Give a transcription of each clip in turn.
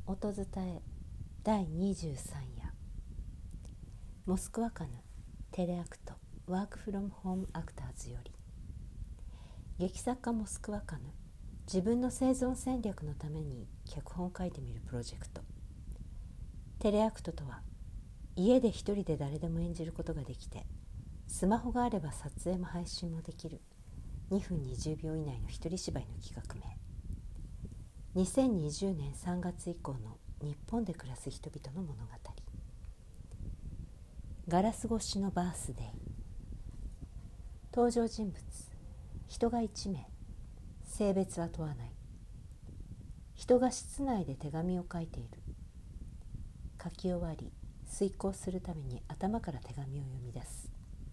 音伝え第23夜モスクワカヌテレアクトワークフロムホームアクターズより、劇作家モスクワカヌ自分の生存戦略のために脚本を書いてみるプロジェクト。テレアクトとは家で一人で誰でも演じることができて、スマホがあれば撮影も配信もできる2分20秒以内の一人芝居の企画名。2020年3月以降の日本で暮らす人々の物語。ガラス越しのバースデー。登場人物、人が1名、性別は問わない。人が室内で手紙を書いている。書き終わり遂行するために頭から手紙を読み出す。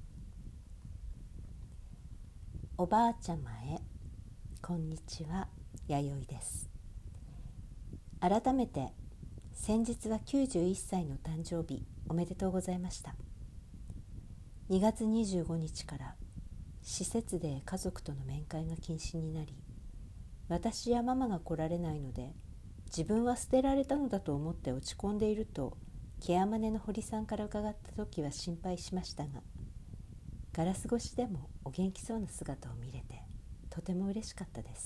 おばあちゃまへ、こんにちは、弥生です。改めて先日は91歳の誕生日おめでとうございました。2月25日から施設で家族との面会が禁止になり、私やママが来られないので自分は捨てられたのだと思って落ち込んでいるとケアマネの堀さんから伺った時は心配しましたが、ガラス越しでもお元気そうな姿を見れてとても嬉しかったです。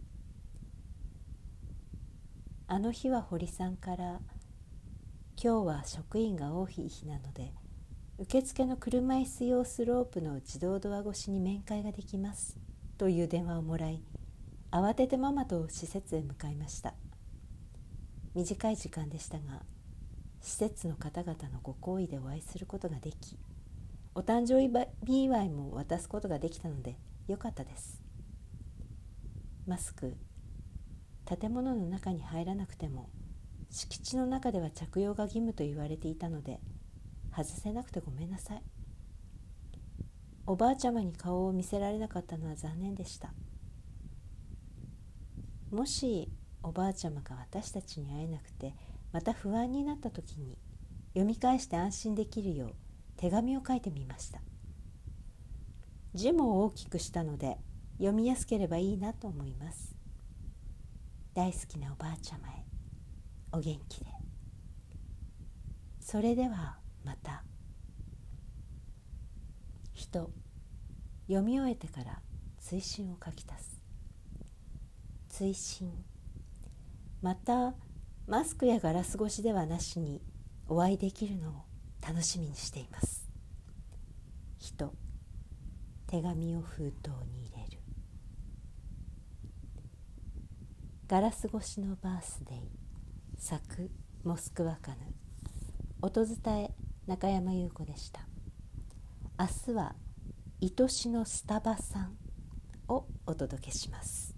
あの日は堀さんから今日は職員が多い日なので受付の車椅子用スロープの自動ドア越しに面会ができますという電話をもらい、慌ててママと施設へ向かいました。短い時間でしたが施設の方々のご厚意でお会いすることができ、お誕生日祝いも渡すことができたのでよかったです。マスク、建物の中に入らなくても敷地の中では着用が義務と言われていたので外せなくてごめんなさい。おばあちゃまに顔を見せられなかったのは残念でした。もしおばあちゃまが私たちに会えなくてまた不安になった時に読み返して安心できるよう手紙を書いてみました。字も大きくしたので読みやすければいいなと思います。大好きなおばあちゃまへ、お元気で。それではまた。人、読み終えてから追伸を書き足す。追伸、またマスクやガラス越しではなしにお会いできるのを楽しみにしています。人、手紙を封筒に入れる。ガラス越しのバースデー、作モスクワカヌ、音伝え中山優子でした。明日は愛しのスタバさんをお届けします。